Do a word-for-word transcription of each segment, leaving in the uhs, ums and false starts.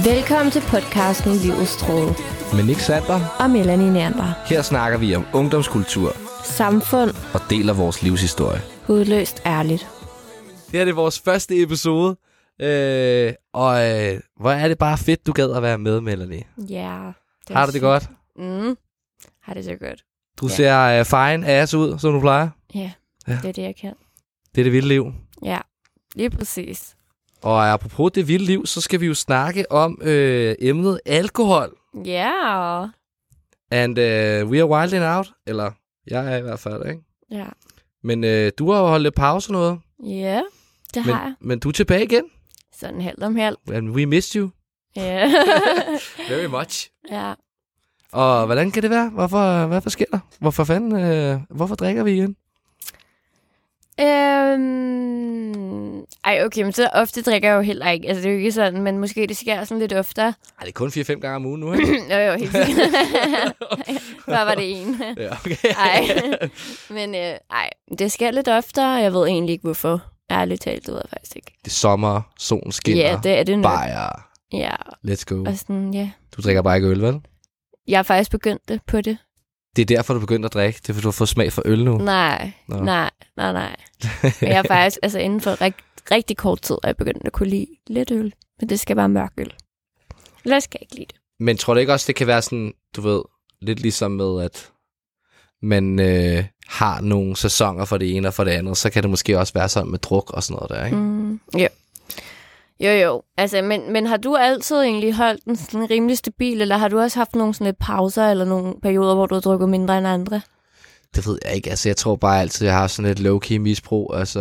Velkommen til podcasten Livets Tråde. Med Nick Sander og Melanie Neander. Her snakker vi om ungdomskultur, samfund og deler vores livshistorie. Hudløst ærligt. Det her er vores første episode, øh, og øh, hvor er det bare fedt, du gad at være med, Melanie. Ja. Det Har du det sygt. Godt? Mm. Har det så godt. Du ja. ser uh, fine ass ud, som du plejer. Ja, ja, det er det, jeg kan. Det er det vilde liv. Ja, lige præcis. Og apropos det vilde liv, så skal vi jo snakke om øh, emnet alkohol. Ja. Yeah. And uh, we are wilding out. Eller, jeg er i hvert fald, ikke? Ja. Men øh, du har jo holdt lidt pause og noget. Ja, yeah, det men, har jeg. Men du er tilbage igen. Sådan halvt om halvt. And we missed you. Ja. Yeah. Very much. Ja. Og hvordan kan det være? Hvorfor, hvad sker der? Hvorfor fanden, øh, hvorfor drikker vi igen? Øhm... Ej, okay, men så ofte drikker jeg jo heller ikke. Altså, det er jo ikke sådan, men måske det sker sådan lidt oftere. Ej, det er kun fire fem gange om ugen nu, ikke? jo, jo, helt sikkert. Før var det en. Ja, okay. Ej, men øh, ej, det sker lidt oftere. Jeg ved egentlig ikke, hvorfor. Ærligt talt, det ved jeg faktisk ikke. Det er sommer, solen skinner, ja, det er det nok. Bajer. Ja. Let's go. Og sådan, ja. Du drikker bare ikke øl, vel? Jeg har faktisk begyndt det på det. Det er derfor, du begyndte at drikke? Det er, fordi du har fået smag for øl nu? Nej, Nå. nej, nej, nej. Men jeg er faktisk, altså inden for rigt, rigtig kort tid, er jeg begyndt at kunne lide lidt øl. Men det skal være mørk øl. Ellers skal jeg ikke lide det. Men tror du ikke også, det kan være sådan, du ved, lidt ligesom med, at man øh, har nogle sæsoner for det ene og for det andet, så kan det måske også være sådan med druk og sådan noget der, ikke? Mm, jo. Jo, jo. Altså, men, men har du altid egentlig holdt den sådan rimelig stabil, eller har du også haft nogle sådan lidt pauser, eller nogle perioder, hvor du har drukket mindre end andre? Det ved jeg ikke. Altså, jeg tror bare altid, jeg har sådan et low-key misbrug. Altså,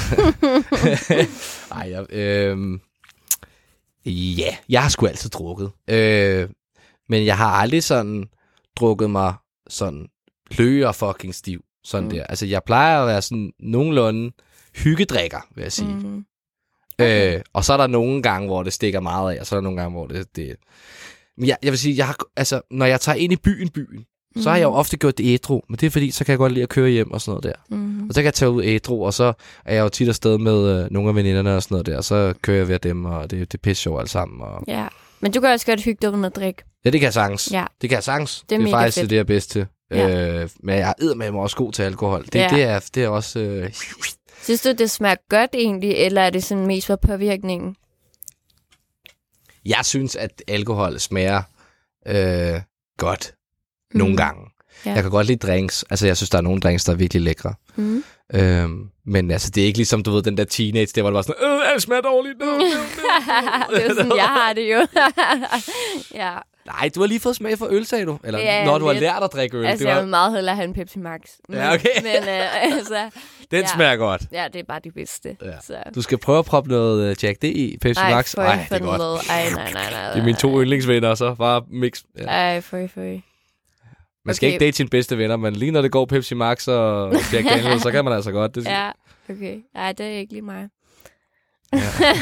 ej, jeg, øh, ja, jeg har sgu altid drukket. Øh, men jeg har aldrig sådan drukket mig sådan løg og fucking stiv. Sådan mm. der. Altså, jeg plejer at være sådan nogenlunde hyggedrikker, vil jeg sige. Mm. Okay. Øh, og så er der nogle gange, hvor det stikker meget af, og så er der nogle gange, hvor det... det men jeg, jeg vil sige, jeg har, altså, når jeg tager ind i byen, byen, mm. så har jeg jo ofte gjort det ædru, men det er fordi, så kan jeg godt lide at køre hjem og sådan noget der. Mm. Og så kan jeg tage ud ædru, og så er jeg jo tit afsted med øh, nogle af veninderne og sådan noget der, og så kører jeg ved dem, og det, det er pisse sjovt alt sammen. Og... Ja, men du kan også godt hygge dig uden at drikke. Ja, det kan jeg sagtens. Ja. Det kan jeg sagtens. Det er, det er faktisk fedt. Det, jeg er bedst til. Ja. Øh, men jeg er eddermame også god til alkohol. Det, ja. det, er, det er også... Øh... Synes du, det smager godt egentlig, eller er det sådan mest for påvirkningen? Jeg synes, at alkohol smager øh, godt mm. nogle gange. Ja. Jeg kan godt lide drinks. Altså, jeg synes, der er nogle drinks, der er virkelig lækre. Mm. Øhm, men altså, det er ikke ligesom, du ved, den der teenage, der hvor det var sådan, øh, alt smager dårligt. Øh, øh, øh. Det er jo sådan, jeg har det jo. Ja. Nej, du har lige fået smag for øl, sagde du? Eller ja, når du lidt. har lært at drikke øl? Altså, det var... jeg vil meget hellere have en Pepsi Max. Men, ja, okay. Men øh, altså... Den ja. smager godt. Ja, det er bare det bedste. Ja. Så. Du skal prøve at proppe noget uh, Jack D i Pepsi Ej, Max. Ej, det er godt. Ej, nej, nej, nej. Det er mine to yndlingsvenner, så bare mix. Ja. Ej, føj, føj. Man skal okay. ikke date sine bedste venner, men lige når det går Pepsi Max og Jack Daniels, så kan man altså godt. Det ja, okay. Nej, det er ikke lige mig. Ja.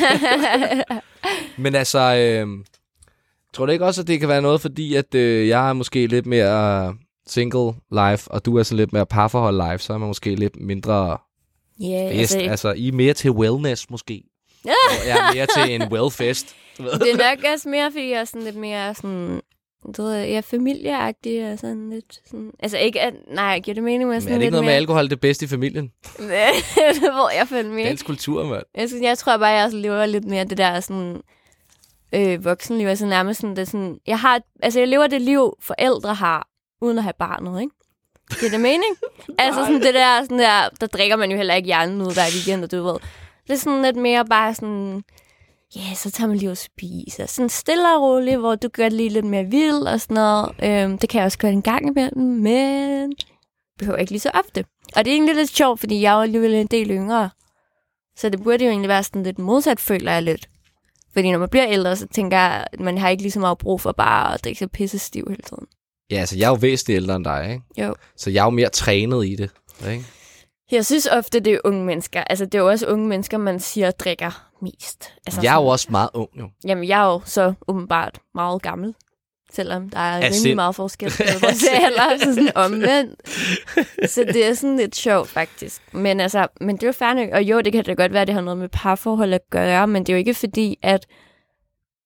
Men altså, øh, tror du ikke også, at det kan være noget, fordi at øh, jeg er måske lidt mere single life, og du er sådan lidt mere parforhold life, så er man måske lidt mindre yeah, fest. Altså, altså, I er mere til wellness måske. Og jeg er mere til en wellfest. Det er nok også mere, fordi jeg er sådan lidt mere sådan... Du ved, jeg er familieagtig og sådan lidt sådan... Altså ikke at... Nej, giver det mening med sådan lidt mere... Er det ikke noget mere... med alkohol det bedste i familien? det ved jeg fandme ikke. Dansk kultur, mand. Jeg, synes, jeg tror bare, jeg også lever lidt mere det der sådan... Øh, voksenliv. Altså nærmest sådan... Det sådan jeg har... Altså jeg lever det liv, forældre har, uden at have barnet, ikke? Giver det mening? Altså sådan det der... Sådan der, der drikker man jo heller ikke hjernen ud hver weekend, og du ved. Det er sådan lidt mere bare sådan... Ja, yeah, så tager man lige og spiser. Sådan stille og roligt, hvor du gør det lige lidt mere vild og sådan noget. Øhm, det kan jeg også gøre en gang imellem, men behøver ikke lige så ofte. Og det er egentlig lidt sjovt, fordi jeg er jo alligevel en del yngre. Så det burde jo egentlig være sådan lidt modsat, føler jeg lidt. Fordi når man bliver ældre, så tænker jeg, at man har ikke lige så meget brug for bare at drikke sig pisse stiv hele tiden. Ja, altså jeg er jo væsentligt ældre end dig, ikke? Jo. Så jeg er jo mere trænet i det, ikke? Jeg synes ofte, det er unge mennesker. Altså, det er jo også unge mennesker, man siger, drikker mest. Altså, jeg er jo også meget ung, jo. Jamen, jeg er jo så åbenbart meget gammel. Selvom der er rimelig sind. meget forskel på vores alder, så sådan omvendt. Så det er sådan lidt sjovt, faktisk. Men altså, men det er jo færdigt. Og jo, det kan da godt være, at det har noget med parforhold at gøre, men det er jo ikke fordi, at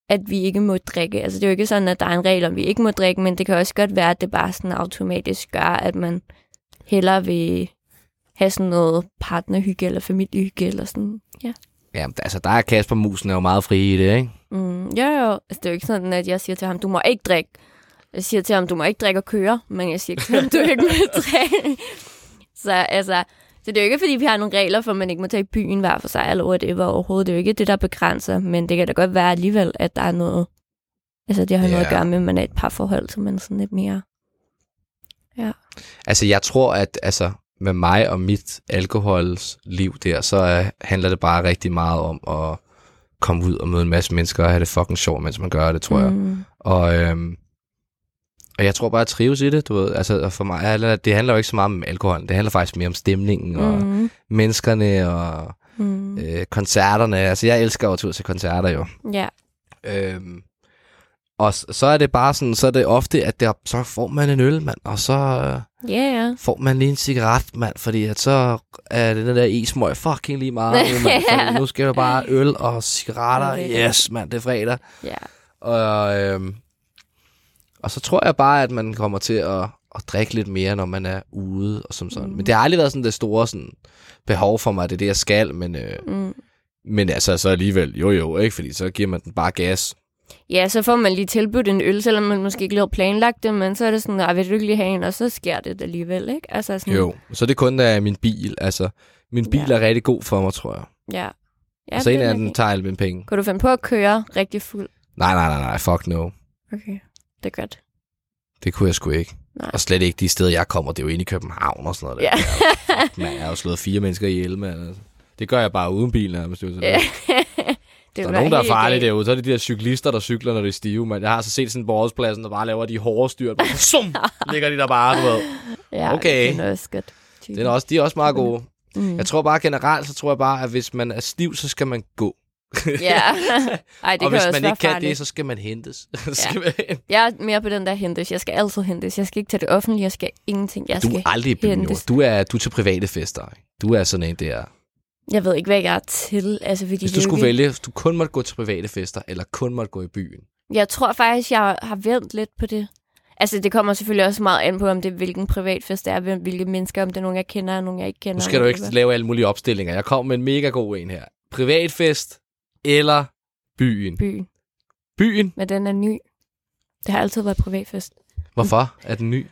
at vi ikke må drikke. Altså det er jo ikke sådan, at der er en regel om, vi ikke må drikke, men det kan også godt være, at det bare sådan automatisk gør, at man hellere vil have sådan noget partnerhygge eller familiehygge eller sådan, ja. Ja, altså der er Kasper Musen er jo meget fri i det, ikke? Mm, jo, jo. Altså, det er jo ikke sådan, at jeg siger til ham, du må ikke drikke. Jeg siger til ham, du må ikke drikke og køre, men jeg siger ikke til ham, du ikke må drikke. Så altså, så det er jo ikke, fordi vi har nogle regler for, at man ikke må tage i byen hver for sig, eller whatever overhovedet. Det er jo ikke det, der begrænser, men det kan da godt være alligevel, at der er noget, altså det har yeah. noget at gøre med, at man er et parforhold, så man er sådan lidt mere, ja. Altså jeg tror, at altså, med mig og mit alkoholsliv der, så uh, handler det bare rigtig meget om at komme ud og møde en masse mennesker og have det fucking sjovt, mens man gør det, tror jeg. Mm. Og, øhm, og jeg tror bare, at jeg trives i det, du ved. Altså for mig, det handler jo ikke så meget om alkohol, det handler faktisk mere om stemningen og mm. menneskerne og mm. øh, koncerterne. Altså jeg elsker jo at tage til koncerter jo. Ja. Yeah. Øhm, og så er det bare sådan, så er det ofte, at der, så får man en øl, mand, og så øh, yeah, yeah. får man lige en cigaret, mand, fordi at så er det den der e-smøg fucking lige meget, mand, yeah. Nu skal der bare øl og cigaretter, okay. Yes, mand, det er fredag. Ja. Yeah. Og, øh, og så tror jeg bare, at man kommer til at, at drikke lidt mere, når man er ude og som sådan. Mm. Men det har aldrig været sådan det store sådan, behov for mig, det er det, jeg skal, men, øh, mm. men altså så alligevel, jo jo, ikke, fordi så giver man den bare gas. Ja, så får man lige tilbudt en øl, selvom man måske ikke lige har planlagt det, men så er det sådan, at vil du ikke lige have en, og så sker det alligevel, ikke? Altså sådan... Jo, så det er kun af min bil, altså min bil ja. Er rigtig god for mig, tror jeg. Ja. Ja, og så en af den tager alle mine penge. Kan du finde på at køre rigtig fuld? Nej, nej, nej, nej, fuck no. Okay, det er godt. Det kunne jeg sgu ikke. Nej. Og slet ikke de steder, jeg kommer, det er jo inde i København og sådan noget. Ja. Der. Fuck, man, jeg har jo slået fire mennesker ihjel, mand. Altså. Det gør jeg bare uden bil, nærmest. Det er der er nogen, der er farlige derude. Så er det de der cyklister, der cykler, når det er stive. Man. Jeg har så set sådan på rådspladsen, der bare laver de hårde styrt. Sum! Ligger de der bare, du ved. Ja, okay. Det er også godt. Det er også, de er også meget gode. Mm. Jeg tror bare generelt, så tror jeg bare, at hvis man er stiv, så skal man gå. Ja. Ej, det og kan hvis også man ikke kan farligt. det, så skal man hentes. Ja. Jeg er mere på den der hentes. Jeg skal altid hentes. Jeg skal ikke tage det offentlige. Jeg skal ingenting. Jeg du skal er aldrig i byen, jo. Du er, du er til private fester. Du er sådan en der... Jeg ved ikke, hvad jeg er til. Altså, fordi hvis du skulle vælge, hvis du kun måtte gå til private fester, eller kun måtte gå i byen? Jeg tror faktisk, jeg har vendt lidt på det. Altså, det kommer selvfølgelig også meget an på, om det er, hvilken privatfest det er, hvilke mennesker, om det er nogen, jeg kender, og nogen, jeg ikke kender. Nu skal du ikke lave alle mulige opstillinger. Jeg kommer med en mega god en her. Privatfest eller byen? Byen. Byen? Men den er ny. Det har altid været privatfest. Hvorfor er den ny?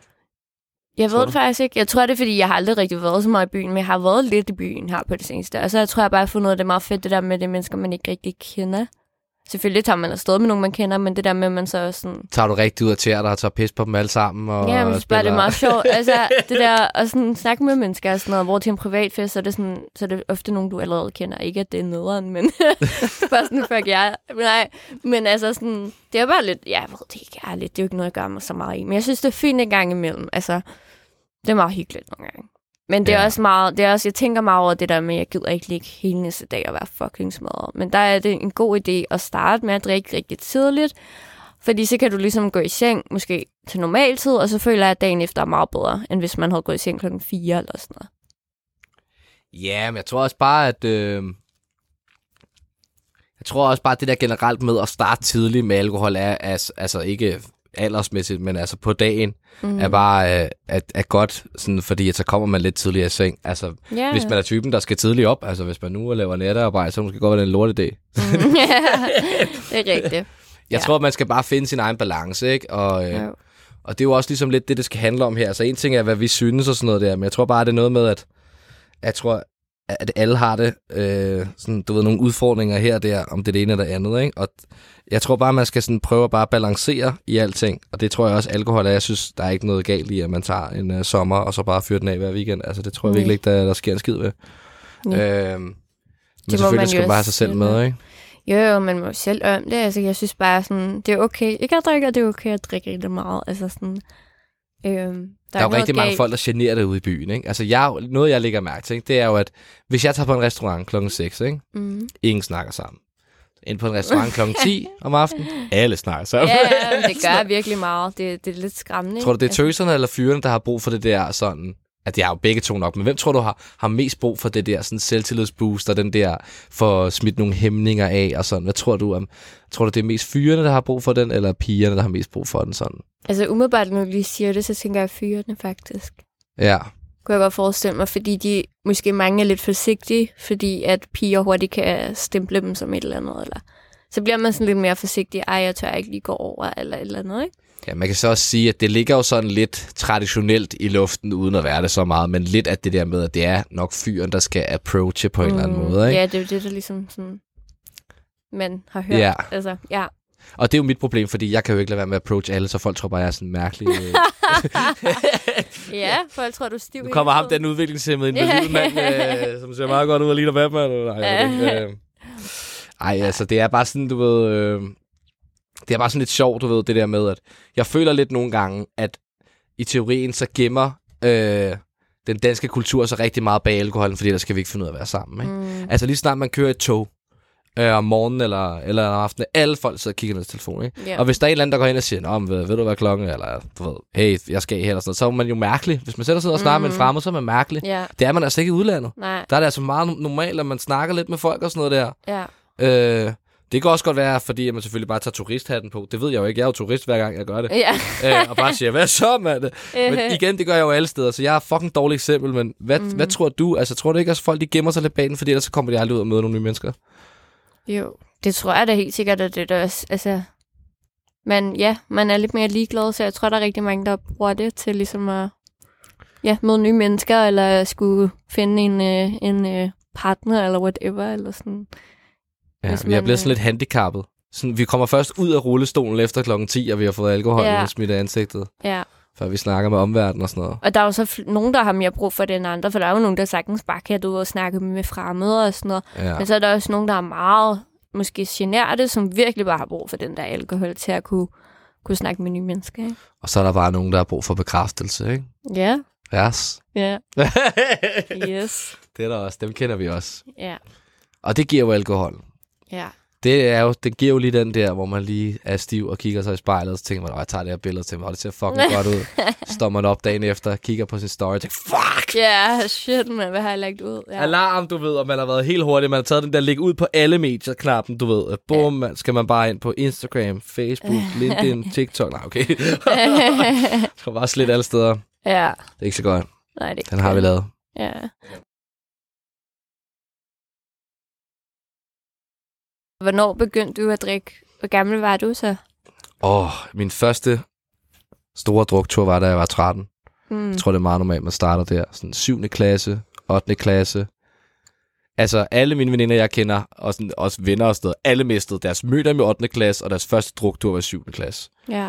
Jeg ved det faktisk ikke. Jeg tror, det er, fordi jeg har aldrig rigtig været så meget i byen, men jeg har været lidt i byen her på det seneste. Og så jeg tror jeg bare, at jeg har fundet ud af, det er meget fedt, det der med de mennesker, man ikke rigtig kender. Selvfølgelig tager man afsted med nogen, man kender, men det der med, at man så også sådan... Tager du rigtig ud af tæer dig og tager pis på dem alle sammen? Og ja, men det er meget sjovt. Altså, det der at sådan snakke med mennesker og sådan noget, hvor til en privatfest, så er det, sådan, så er det ofte nogen, du allerede kender. Ikke, at det er nederen, men bare sådan, fuck ja. Nej, men altså sådan, det er bare lidt... Ja, jeg ved det ikke ærligt. Det er jo ikke noget, jeg gør mig så meget i. Men jeg synes, det er fint en gang imellem. Altså, det er meget hyggeligt nogle gange. Men det er ja. også meget, det er også, jeg tænker meget over det der med, at jeg gider ikke ligge hele næste dag og være fucking smadret. Men der er det en god idé at starte med at drikke rigtig tidligt, fordi så kan du ligesom gå i seng, måske til normal tid, og så føler jeg, at dagen efter er meget bedre, end hvis man havde gået i seng klokken fire eller sådan noget. Ja, men jeg tror også bare, at... Øh... Jeg tror også bare, at det der generelt med at starte tidligt med alkohol er, altså, altså ikke... aldersmæssigt, men altså på dagen, mm. er bare øh, at, at godt, sådan, fordi at så kommer man lidt tidligere i seng. Altså, yeah. hvis man er typen, der skal tidligt op, altså hvis man nu laver natarbejde, så måske godt være det en lortedag. Mm. Yeah. Det er rigtigt. Jeg ja. tror, man skal bare finde sin egen balance, ikke? Og, øh, ja. og det er jo også ligesom lidt det, det skal handle om her. Altså en ting er, hvad vi synes og sådan noget der, men jeg tror bare, det er noget med, at jeg tror, at alle har det, øh, sådan, du ved, nogle udfordringer her og der, om det er det ene eller det andet, ikke? Og jeg tror bare, man skal sådan prøve at bare balancere i alting, og det tror jeg også, alkohol er. Jeg synes, der er ikke noget galt i, at man tager en uh, sommer, og så bare fyrer den af hver weekend. Altså, det tror jeg virkelig ikke, der, der sker en skid ved. Øhm, men selvfølgelig skal man bare have sig selv med, ikke? Jo, jo, man må selv om det. Altså, jeg synes bare, sådan, det er okay ikke at drikke, og det er okay at drikke rigtig meget. Altså, sådan, øhm, der, der er jo rigtig mange folk, der generer det ude i byen, ikke? Altså, jeg, noget, jeg lægger mærke til, ikke? Det er jo, at hvis jeg tager på en restaurant klokken seks, ikke? Mm. Ingen snakker sammen. Ind på en restaurant klokken ti om aftenen. Alle snakker sammen. Ja, det gør virkelig meget. Det, det er lidt skræmmende. Tror du, det er tøserne eller fyrene, der har brug for det der sådan at de har jo begge to nok, men hvem tror du har, har mest brug for det der sådan selvtillidsboost, og den der for smidt nogle hæmninger af, og sådan? Hvad tror du om? Tror du, det er mest fyrene, der har brug for den, eller pigerne, der har mest brug for den sådan? Altså umiddelbart, når du lige siger det, så tænker jeg fyrene faktisk. Ja. Kunne jeg godt forestille mig, fordi de måske mange er lidt forsigtige, fordi at piger hurtigt kan stemple dem som et eller andet, eller så bliver man sådan lidt mere forsigtig. Ej, jeg tør ikke lige gå over, eller et eller andet, ikke? Ja, man kan så også sige, at det ligger jo sådan lidt traditionelt i luften, uden at være det så meget, men lidt af det der med, at det er nok fyren, der skal approache på en mm, eller anden måde, ikke? Ja, det er jo det, der ligesom sådan, man har hørt. Ja. Altså, ja. Og det er jo mit problem, fordi jeg kan jo ikke lade være med at approach alle, så folk tror bare, jeg er sådan mærkelig. Ja, folk tror, du er stiv. Nu kommer ham den udviklingshemmede, en lille mand, øh, som ser meget godt ud og ligner Batman. Nej, øh. Ej, altså, det er bare sådan, du ved... Øh, det er bare sådan lidt sjovt, du ved, det der med, at jeg føler lidt nogle gange, at i teorien, så gemmer øh, den danske kultur så rigtig meget bag alkoholen, fordi der skal vi ikke finde ud af at være sammen, ikke? Mm. Altså lige snart man kører et tog, øh, om morgenen eller, eller om aftenen, alle folk sidder og kigger ned til telefonen, ikke? Yeah. Og hvis der er en eller anden, der går ind og siger, nå, ved, ved du hvad klokken er, eller du ved, hey, jeg skal her, eller sådan noget, så er man jo mærkelig. Hvis man sætter sig og snakker mm. med en fremmed, så er man mærkelig. Yeah. Det er man altså ikke i udlandet. Nej. Der er det altså meget normalt, at man snakker lidt med folk og sådan noget der. Yeah. Øh, Det kan også godt være, fordi man selvfølgelig bare tager turisthatten på. Det ved jeg jo ikke. Jeg er jo turist, hver gang jeg gør det. Ja. øh, og bare siger, hvad så, mand? Men igen, det gør jeg jo alle steder, så jeg er fucking dårligt eksempel. Men hvad, mm. hvad tror du? Altså, tror du ikke, at folk de gemmer sig lidt bag den, fordi ellers så kommer de aldrig ud og møde nogle nye mennesker? Jo, det tror jeg da helt sikkert, at det er også, altså... Men ja, man er lidt mere ligeglad, så jeg tror, der er rigtig mange, der bruger det til ligesom at ja, møde nye mennesker, eller skulle finde en, en partner, eller whatever, eller sådan... Ja, vi er blevet sådan lidt handicappet. Sådan, vi kommer først ud af rullestolen efter klokken ti, og vi har fået alkohol ja. i smidt af ansigtet. Ja. Før vi snakker med omverdenen og sådan noget. Og der er jo så f- nogen, der har mere brug for det end andre, for der er jo nogen, der sagtens bare kan ud og snakke med fremmede og sådan noget. Ja. Men så er der også nogen, der er meget måske generte, som virkelig bare har brug for den der alkohol til at kunne, kunne snakke med nye mennesker. Ikke? Og så er der bare nogen, der har brug for bekræftelse, ikke? Ja. Yes. Ja. Yes. Det er der også. Dem kender vi også. Ja. Og det giver jo alkohol. Ja. Det, er jo, det giver jo lige den der, hvor man lige er stiv og kigger sig i spejlet, og så tænker man, jeg tager det her billede til mig, og det ser fucking godt ud. Så står man op dagen efter, kigger på sin story og tænker, fuck! Ja, yeah, shit, man, hvad har jeg lagt ud? Ja. Alarm, du ved, og man har været helt hurtig, man har taget den der læg ud på alle medier-knappen, du ved. Bum, man, skal man bare ind på Instagram, Facebook, LinkedIn, TikTok. Nej, okay. Skal bare slet alle steder. Ja. Det er ikke så godt. Nej, det er Den har vi lavet. Ja. Hvornår begyndte du at drikke? Hvor gammel var du så? Åh, oh, min første store druktur var, da jeg var tretten. Mm. Jeg tror, det er meget normalt, man starter der. Sådan syvende klasse, ottende klasse. Altså, alle mine veninder, jeg kender, og sådan, også venner og sådan noget, alle mistede deres møder med ottende klasse, og deres første druktur var syvende klasse. Ja.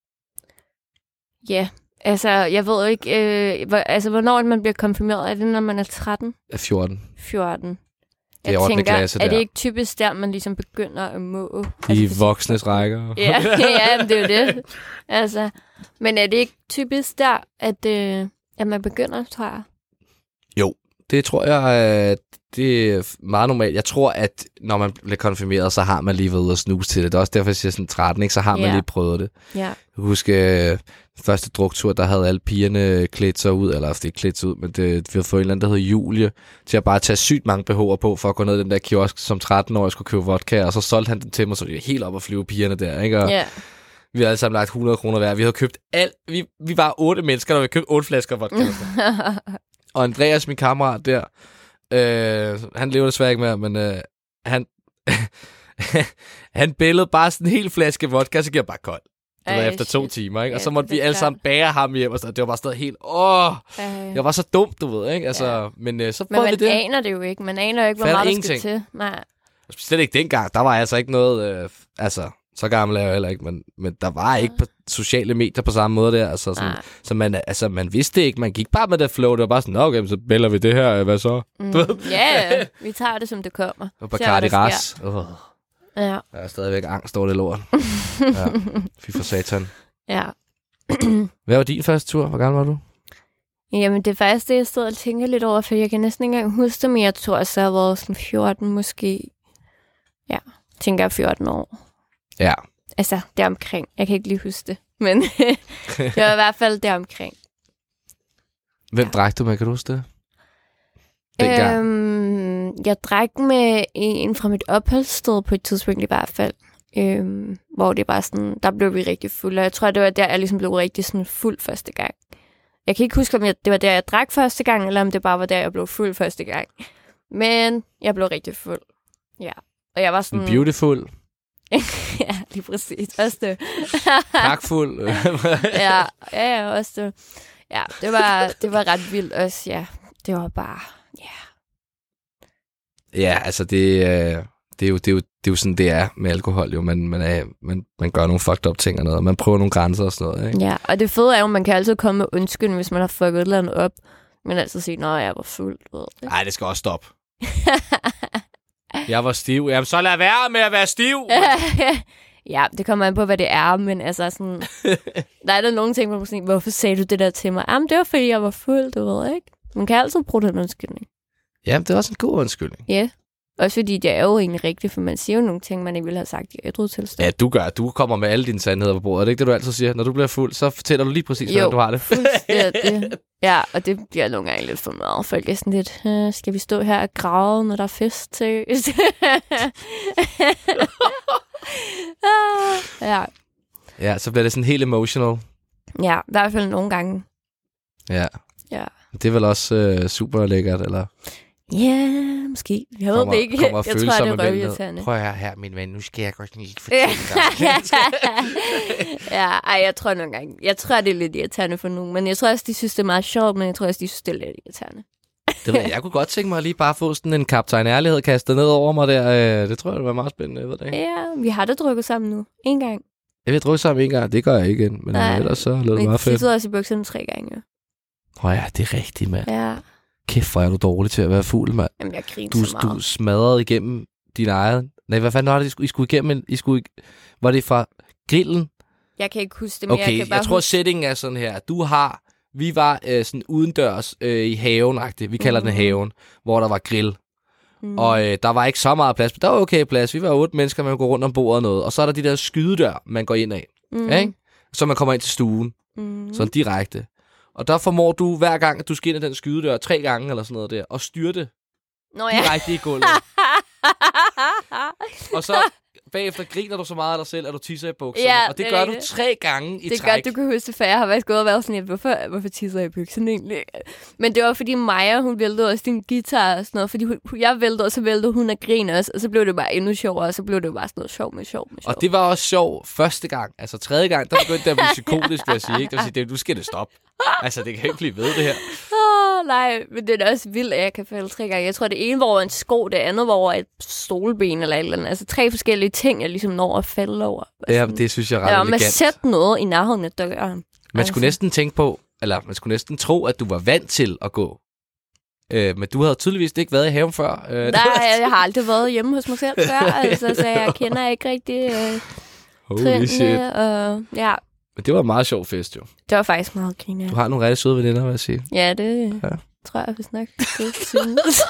Ja, altså, jeg ved ikke, øh, hvor, altså, hvornår man bliver konfirmeret? Er det, når man er tretten? fjorten. fjorten. Det er jeg tænker, klasse der. Er det ikke typisk der, man ligesom begynder at må? I altså, voksnes rækker. Ja, ja, det er jo det. Altså, men er det ikke typisk der, at, øh, at man begynder, tror jeg? Jo, det tror jeg, at det er meget normalt. Jeg tror, at når man bliver konfirmeret, så har man lige været ude og snuse til det. Det er også derfor, jeg siger sådan tretten, ikke? Så har man yeah. lige prøvet det. Yeah. Jeg husker første druktur, der havde alle pigerne klædt sig ud, eller det ikke klædt sig ud, men det, vi havde fået en eller anden, der hed Julie, til at bare tage sygt mange B H'er på, for at gå ned i den der kiosk, som tretten-årig skulle købe vodka, og så solgte han den til mig, så det var helt op at flyve pigerne der, ikke? Og yeah. vi havde alle sammen lagt hundrede kroner hver. Vi havde købt alt. Vi, vi var otte mennesker, der havde købt otte flasker vodka. Og Andreas, min kammerat der, øh, han lever desværre ikke mere, men øh, han han billede bare sådan en hel flaske vodka, så giver bare kold. Det var efter to timer, ikke? Og så måtte vi alle sammen bære ham hjem, og så, det var bare stadig helt, åh, jeg var så dumt, du ved, ikke? Altså, ja. Men øh, så prøvede vi det. Men man aner det jo ikke. Man aner jo ikke, hvor meget der skal til. Nej. Specielt ikke dengang. Der var altså ikke noget, øh, altså, så gammel er jeg heller ikke, men, men der var ikke på sociale medier på samme måde der. Altså, sådan, så man, altså, man vidste ikke. Man gik bare med det flow. Det var bare sådan, okay, så bælger vi det her. Hvad så? Mm. Ja, yeah, vi tager det, som det kommer. Og Bacardi Ras. Uh. Ja. Jeg er stadigvæk angst over det lort. Ja. Fy for satan. Ja. Hvad var din første tur? Hvor gammel var du? Jamen, det er faktisk det, jeg stod og tænker lidt over, for jeg kan næsten ikke engang huske det, men jeg tror, så har været sådan fjorten måske. Ja, tænker jeg fjorten år. Ja. Altså, deromkring. Jeg kan ikke lige huske det, men det var i hvert fald deromkring. Hvem ja. drak du med, kan du huske det? Øhm, jeg drak med en fra mit opholdssted på et tidspunkt i hvert fald. Øhm, hvor det var sådan, der blev vi rigtig fulde. Og jeg tror, det var der, jeg ligesom blev rigtig sådan fuld første gang. Jeg kan ikke huske, om jeg, det var der, jeg drak første gang, eller om det bare var der, jeg blev fuld første gang. Men jeg blev rigtig fuld. Ja. Og jeg var sådan... Beautiful. Ja, lige præcis. Også det. Pakfuld. ja, ja, ja, også det. Ja, det var, det var ret vildt også, ja. Det var bare, ja. Ja, altså det, øh, det, er jo, det, er jo, det er jo sådan, det er med alkohol. Jo. Man, man, er, man, man gør nogle fucked up ting og noget. Man prøver nogle grænser og sådan noget. Ikke? Ja, og det fede er jo, at man kan altid komme med undskyld, hvis man har fucket et eller andet op. Men altid sige, nej, jeg var fuld. Nej, det skal også stoppe. Jeg var stiv. Jamen, så lad være med at være stiv. Ja, det kommer an på, hvad det er, men altså sådan... der er der nogle ting, hvor man siger, hvorfor sagde du det der til mig? Jamen, det var, fordi jeg var fuld, du ved, ikke? Man kan altid bruge den undskyldning. Jamen, det er også en god undskyldning. Ja, også fordi det er jo egentlig rigtigt, for man siger jo nogle ting, man ikke ville have sagt i ædru tilstand. Ja, du gør. Du kommer med alle dine sandheder på bordet. Er det ikke det, du altid siger? Når du bliver fuld, så fortæller du lige præcis, hvordan du har det. Ja, det. Ja, og det bliver nogle gange lidt for meget. Folk er sådan lidt, øh, skal vi stå her og grave, når der er fest til? ja. Ja, så bliver det sådan helt emotional. Ja, i hvert fald nogle gange. Ja. Ja. Det er vel også øh, super lækkert, eller? Ja, måske. Jeg ved det ikke. Kommer jeg tror, det er røvirriterende. Prøv her, her, min ven. Nu skal jeg godt ikke fortælle dig. ja, ej, jeg tror nogle gange. Jeg tror, det er lidt irriterende for nogen. Men jeg tror også, de synes, det er meget sjovt. Men jeg tror også, de synes, det er lidt irriterende. Det ved jeg. Jeg kunne godt tænke mig at lige bare få sådan en kaptajn ærlighed kastet ned over mig der. Det tror jeg, det var meget spændende. Jeg ved det ikke. Ja, vi har da drukket sammen nu. En gang. Jeg vil drukke sammen en gang. Det gør jeg ikke igen. Men nej, ellers så lød det meget fedt. Vi sidder også i bukserne tre gange. Åh oh ja, det er rigtigt, mand. Ja. Kæft, hvor er du dårlig til at være fuld, mand. Jamen, jeg griner du, så meget. Du smadrede igennem din egen... Nej, hvad fanden var det, I skulle igennem? I skulle... Var det fra grillen? Jeg kan ikke huske det, men okay, jeg kan bare jeg tror, huske... settingen er sådan her. Du har... Vi var øh, sådan udendørs øh, i haven-agtigt. Vi kalder mm. den haven, hvor der var grill. Mm. Og øh, der var ikke så meget plads, men der var okay plads. Vi var otte mennesker, man går rundt om bordet og noget. Og så er der de der skydedør, man går ind af. Mm. Ikke? Så man kommer ind til stuen. Mm. Sådan direkte. Og der formår du hver gang, at du skal ind i den skydedør tre gange eller sådan noget der, og styrte Nå, ja. direkte i gulvet. Og så bagefter griner du så meget af dig selv, at du tisser i bukserne. Ja, og det, det gør du tre gange i det træk. Det gør, du kan huske det, for jeg har faktisk gået og været sådan lidt, hvorfor, hvorfor tisser jeg i bukserne egentlig? Men det var, fordi Maja, hun væltede også din guitar og sådan noget, fordi hun, jeg væltede, og så væltede hun at grine også, og så blev det bare endnu sjovere, og så blev det bare sådan noget sjov med sjov med sjov. Og det var også sjov første gang. Altså tredje gang, der begyndte det at blive psykotisk, vil jeg sige. Ikke? Det vil sige, nu skal det stoppe. Altså, det kan ikke blive ved, det her. Oh, nej, men det er også vildt, at jeg kan falde tre gange. Jeg tror, det ene var en sko, det andet var et stolben eller et eller andet. Altså tre forskellige ting, jeg ligesom når at falde over. Ja, det synes jeg er ret elegant. Ja, man sætter noget i nærheden af døren. Man skulle næsten tænke på, eller man skulle næsten tro, at du var vant til at gå. Øh, men du havde tydeligvis ikke været i haven før. Øh, nej, jeg har aldrig været hjemme hos mig selv før, altså, så jeg kender ikke rigtig øh, Holy shit. Og, ja. Men det var en meget sjov fest, jo. Det var faktisk meget griner. Du har nogle rigtig søde veninder, vil jeg sige. Ja, det ja. tror jeg, hvis nok. Det synes.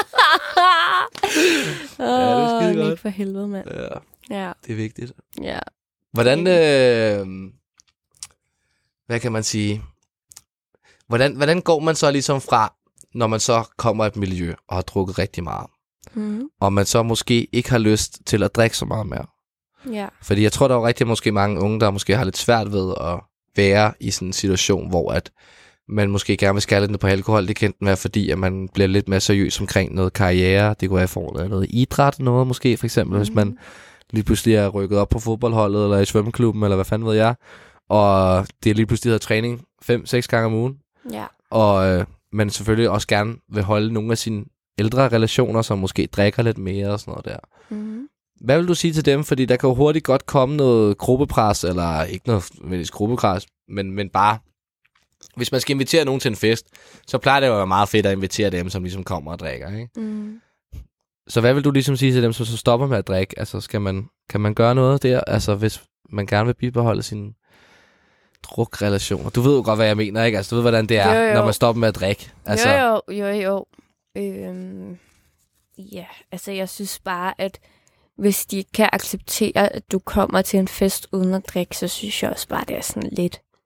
Åh, ja, det er skide godt. Ikke for helvede, mand. Ja, ja, det er vigtigt. Ja. Hvordan, øh, hvad kan man sige, hvordan, hvordan går man så ligesom fra, når man så kommer i et miljø og har drukket rigtig meget, mm. og man så måske ikke har lyst til at drikke så meget mere? Ja. Fordi jeg tror, der er rigtig måske mange unge, der måske har lidt svært ved at være i sådan en situation, hvor at man måske gerne vil skære lidt ned på alkohol. Det kan enten være, fordi at man bliver lidt mere seriøs omkring noget karriere. Det kunne være for noget idræt, noget måske, for eksempel, mm. hvis man lige pludselig er rykket op på fodboldholdet, eller i svømmeklubben, eller hvad fanden ved jeg. Og det er lige pludselig hedder træning fem, seks gange om ugen. Ja. Og øh, man selvfølgelig også gerne vil holde nogle af sine ældre relationer, som måske drikker lidt mere og sådan noget der. Mm. Hvad vil du sige til dem? Fordi der kan jo hurtigt godt komme noget gruppepres, eller ikke noget gruppepres, men, men bare, hvis man skal invitere nogen til en fest, så plejer det jo at være meget fedt at invitere dem, som ligesom kommer og drikker, ikke? Mm. Så hvad vil du ligesom sige til dem, som så stopper med at drikke? Altså, skal man, kan man gøre noget der? Altså, hvis man gerne vil bibeholde sin drukrelationer. Du ved jo godt, hvad jeg mener, ikke? Altså, du ved, hvordan det er, jo, jo. Når man stopper med at drikke. Altså, jo, jo, jo, jo. Øhm, ja, altså, jeg synes bare, at hvis de kan acceptere, at du kommer til en fest uden at drikke, så synes jeg også bare, det er sådan lidt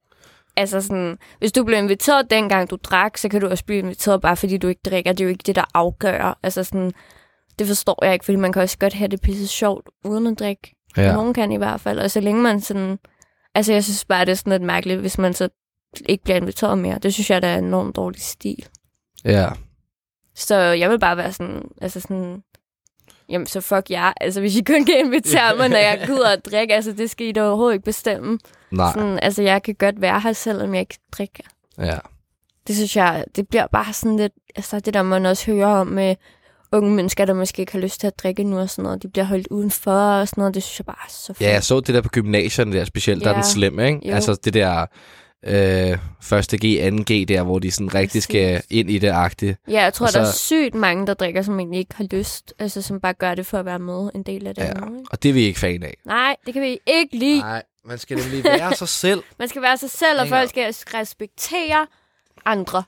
Altså sådan, hvis du blev inviteret dengang du drak, så kan du også blive inviteret bare fordi du ikke drikker. Det er jo ikke det, der afgør. Altså sådan, det forstår jeg ikke, fordi man kan også godt have det pisse sjovt uden at drikke. Ja. Nogen kan i hvert fald. Og så længe man sådan... Altså jeg synes bare, det er sådan lidt mærkeligt, hvis man så ikke bliver inviteret mere. Det synes jeg, der er en enormt dårlig stil. Ja. Så jeg vil bare være sådan... Altså sådan... Jamen, så fuck jer. Altså, hvis I kun kan invitere mig, når jeg går ud og drikker, altså, det skal I da overhovedet ikke bestemme. Nej. Sådan, altså, jeg kan godt være her, selvom jeg ikke drikker. Ja. Det synes jeg, det bliver bare sådan lidt... Altså, det der man også hører om med unge mennesker, der måske ikke har lyst til at drikke nu og sådan noget. De bliver holdt udenfor og sådan noget. Det synes jeg bare er så fedt. Ja, jeg så det der på gymnasierne der specielt. Ja. Der er den slem, ikke? Jo. Altså, det der... Øh, første G, anden G der, hvor de sådan rigtig skal ind i det agtige. Ja, jeg tror, så, der er sygt mange, der drikker, som egentlig ikke har lyst. Altså, som bare gør det for at være med en del af det. Ja, nu, ikke? og det er vi ikke fan af. Nej, det kan vi ikke lide. Nej, man skal nemlig være sig selv. Man skal være sig selv, og folk skal respektere andre.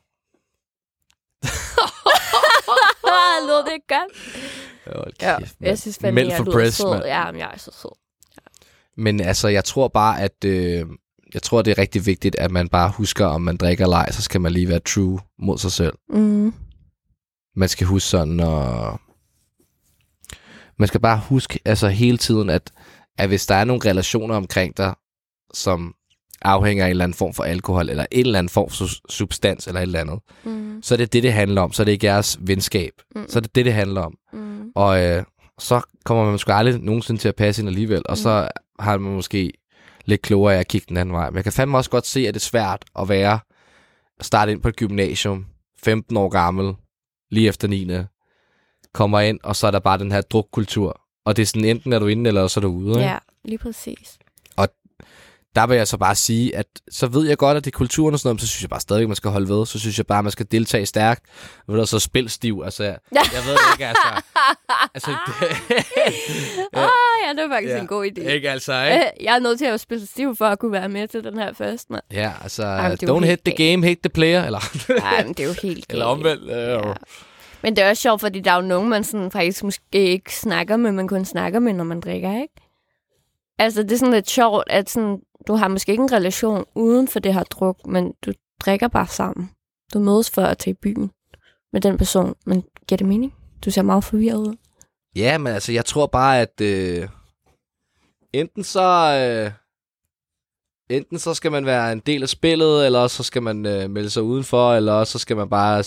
Lød det ikke godt? Hold Ja, kæft, jeg synes fandme, jeg lyder sød. Ja, men jeg er så sød. Ja. Men altså, jeg tror bare, at... Øh, Jeg tror, det er rigtig vigtigt, at man bare husker, om man drikker eller ej, så skal man lige være true mod sig selv. Mm. Man skal huske sådan, og man skal bare huske altså hele tiden, at, at hvis der er nogle relationer omkring dig, som afhænger af en eller anden form for alkohol, eller en eller anden form for substans, eller et eller andet, mm. så er det det, det handler om. Så er det ikke jeres venskab. Mm. Så er det det, det handler om. Mm. Og øh, så kommer man måske aldrig nogensinde til at passe ind alligevel, og mm. så har man måske lidt klogere af at kigge den anden vej. Men jeg kan fandme også godt se, at det er svært at være, at starte ind på et gymnasium, femten år gammel, lige efter niende kommer ind, og så er der bare den her drukkultur. Og det er sådan, enten er du inde, eller så er du ude. Ikke? Ja, lige præcis. Og der vil jeg så bare sige, at så ved jeg godt, at det er kulturen og sådan noget, men så synes jeg bare stadig, at man skal holde ved. Så synes jeg bare, at man skal deltage stærkt. Ved du, så spil stiv. Altså, jeg, jeg ved det ikke, altså. altså det, Åh, oh, ja, det var faktisk ja, en god idé. Ikke altså, ikke? Jeg er nødt til at spille stiv, for at kunne være med til den her først, mand. Ja, altså, Jamen, don't hit the game, hate the player, eller... Nej, men det er jo helt Eller omvendt. Ja. Men det er også sjovt, fordi der er jo nogen, man sådan faktisk måske ikke snakker med, man kun snakker med, når man drikker, ikke? Altså, det er sådan lidt sjovt, at sådan, du har måske ikke en relation uden for det her druk, men du drikker bare sammen. Du mødes for at tage i byen med den person, men giver det mening? Du ser meget forvirret ud. Ja, men altså, jeg tror bare, at øh, enten så øh, enten så skal man være en del af spillet, eller så skal man øh, melde sig udenfor, eller så skal man bare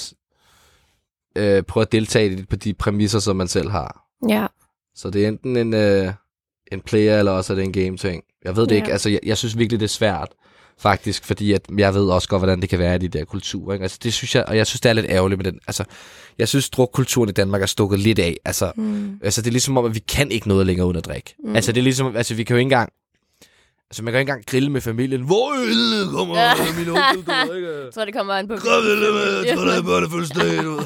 øh, prøve at deltage på de præmisser, som man selv har. Ja. Så det er enten en, øh, en player, eller også er det en game-ting. Jeg ved det ja. ikke. Altså, jeg, jeg synes virkelig, det er svært, faktisk, fordi at jeg ved også godt, hvordan det kan være i de der kulturer. Ikke? Altså, det synes jeg, og jeg synes, det er lidt ærgerligt med den. Altså, jeg synes, drukkulturen i Danmark er stukket lidt af. Altså, mm. altså, det er ligesom om, at vi kan ikke noget længere uden at drikke. Mm. Altså, det er ligesom, altså, vi kan jo ikke engang, altså, man kan jo ikke engang grille med familien. Hvor øl kommer ja. min onkel, du ikke? Jeg tror, det kommer an på. Jeg tror, det er børnefødselsdag, du.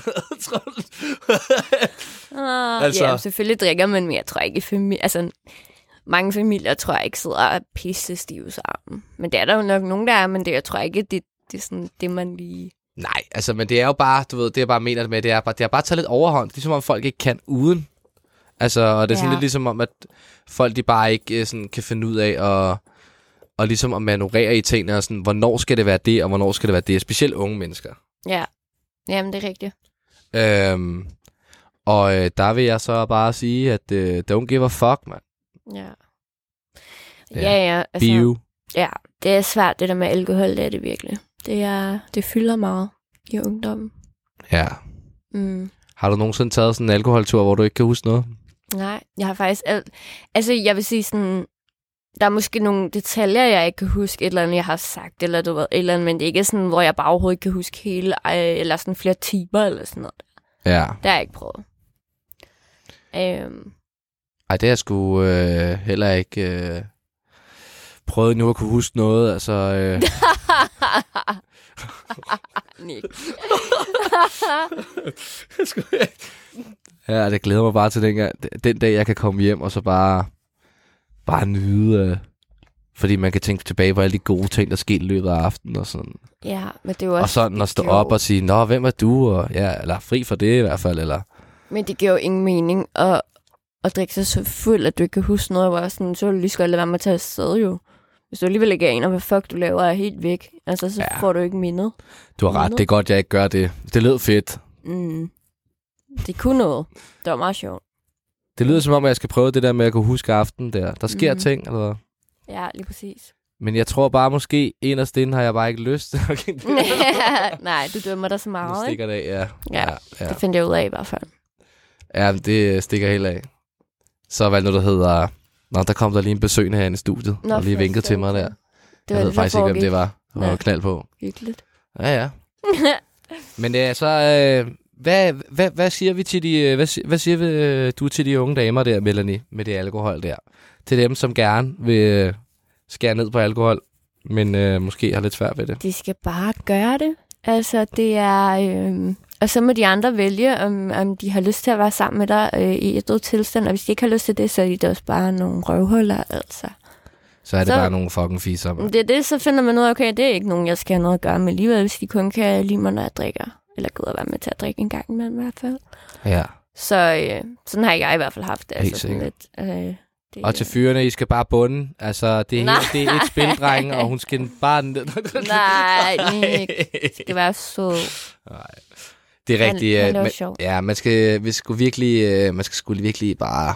ah, altså. Ja, selvfølgelig drikker man, men jeg tror ikke i familie, altså, mange familier, tror jeg ikke, sidder og pisse stive sammen. Men det er der jo nok nogen, der er, men det, jeg tror ikke, det, det er sådan det, man lige... Nej, altså, men det er jo bare, du ved, det jeg bare mener med, det er bare, det er bare taget lidt overhånd. Det er som om folk ikke kan uden. Altså, og det er sådan ja. lidt ligesom om, at folk de bare ikke sådan, kan finde ud af at, og ligesom at manøvrere i tingene, og sådan, hvornår skal det være det, og hvornår skal det være det. Specielt unge mennesker. Ja, jamen det er rigtigt. Øhm, og øh, der vil jeg så bare sige, at øh, don't give a fuck, man. Ja. Ja, ja. ja altså, Bio. Ja, det er svært, det der med alkohol, det er det virkelig. Det, er, det fylder meget i ungdommen. Ja. Mm. Har du nogensinde taget sådan en alkoholtur, hvor du ikke kan huske noget? Nej, jeg har faktisk... Al- altså, jeg vil sige sådan... Der er måske nogle detaljer, jeg ikke kan huske, et eller andet, jeg har sagt, eller du ved, et eller andet, men det er ikke sådan, hvor jeg bare overhovedet ikke kan huske hele, øh, eller sådan flere timer, eller sådan noget. Ja. Det har jeg ikke prøvet. Øhm. Ej, det har jeg sgu øh, heller ikke øh, prøvet nu at kunne huske noget, altså... Øh... Ja, det glæder mig bare til den, den dag, jeg kan komme hjem, og så bare, bare nyde, øh, fordi man kan tænke tilbage på alle de gode ting, der skete i løbet af aftenen og sådan. Ja, men det er jo også... Og sådan at stå op og sige, nå, hvem er du? Og, ja, eller fri for det i hvert fald, eller... Men det giver jo ingen mening at, at drikke sig så fuld, at du ikke kan huske noget, hvor sådan, så vil du lige skal lade være med at tage afsted jo. Hvis du alligevel ikke aner, hvad fuck du laver, er helt væk. Altså, så Ja. får du ikke mindet. Du har ret. Mindet. Det er godt, jeg ikke gør det. Det lød fedt. Mm. Det kunne noget. Det var meget sjovt. Det lyder som om, at jeg skal prøve det der med at kunne huske aftenen der. Der sker Mhm. ting, eller hvad? Ja, lige præcis. Men jeg tror bare måske, inderst inde har jeg bare ikke lyst. Okay. Nej, du dømmer dig så Nu meget, ikke? stikker det af, ja. Ja, ja. Det finder jeg ud af i hvert fald. Ja, det stikker helt af. Så hvad nu, der hedder... Nå, der kom der lige en besøgende her i studiet, Nå, og lige for vinkede til mig satan. der. Det Jeg var ved det, faktisk der ikke, hvem det var. Der var Nej. knald på. Hyggeligt. Ja, ja. Men øh, så... Øh, hvad, hvad, hvad siger vi til de... øh, Hvad, si- hvad siger vi, øh, du til de unge damer der, Melanie, med det alkohol der? Til dem, som gerne vil øh, skære ned på alkohol, men øh, måske har lidt svært ved det. De skal bare gøre det. Altså, det er... Øh... Og så må de andre vælge, om, om de har lyst til at være sammen med dig øh, i et død tilstand. Og hvis de ikke har lyst til det, så er de da også bare nogle røvhuller, altså. Så er det Så- bare nogle fucking fisser. Det er det, så finder man ud af, okay, det er ikke nogen, jeg skal have noget at gøre med alligevel, hvis de kun kan lide mig, når jeg drikker. Eller gå ud og være med til at drikke en gang imellem i hvert fald. Ja. Så øh, sådan har jeg i hvert fald haft det. Helt Altså, sådan sikkert. lidt, øh, det, Og til fyrene, I skal bare bunde. Altså, det er, Nej. helt, det er et spil, drenge, og hun skal bare... Nej, Nick. Det skal være så... Nej. Det er Han- rigtigt. han øh, laver man, sjov. ja, man skal, vi skal virkelig, øh, man skal skulle virkelig bare,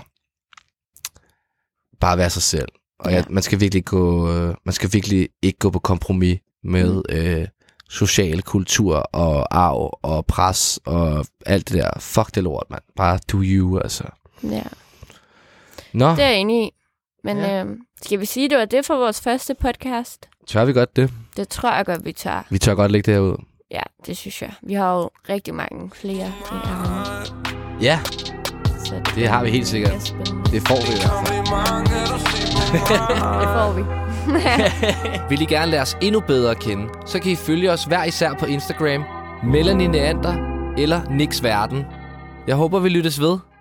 bare være sig selv. Og ja. Ja. Ja, man skal virkelig gå, øh, man skal virkelig ikke gå på kompromis med mm. øh, social kultur og arv og pres og alt det der. Fuck det lort, mand. Bare do you, altså. Ja, Nå, det er jeg enig i. Men Ja. øh, skal vi sige, det var det for vores første podcast? tør vi godt det? Det tror jeg godt, vi tør. Vi tør godt lægge det her ud. Ja, det synes jeg. Vi har jo rigtig mange flere ting at have. Ja, Så det har vi helt sikkert. Det er spændende. det får vi i hvert fald. Det får vi. Vil I gerne lære os endnu bedre at kende, så kan I følge os hver især på Instagram, Melanie Neander eller Nicks Verden. Jeg håber, vi lyttes ved.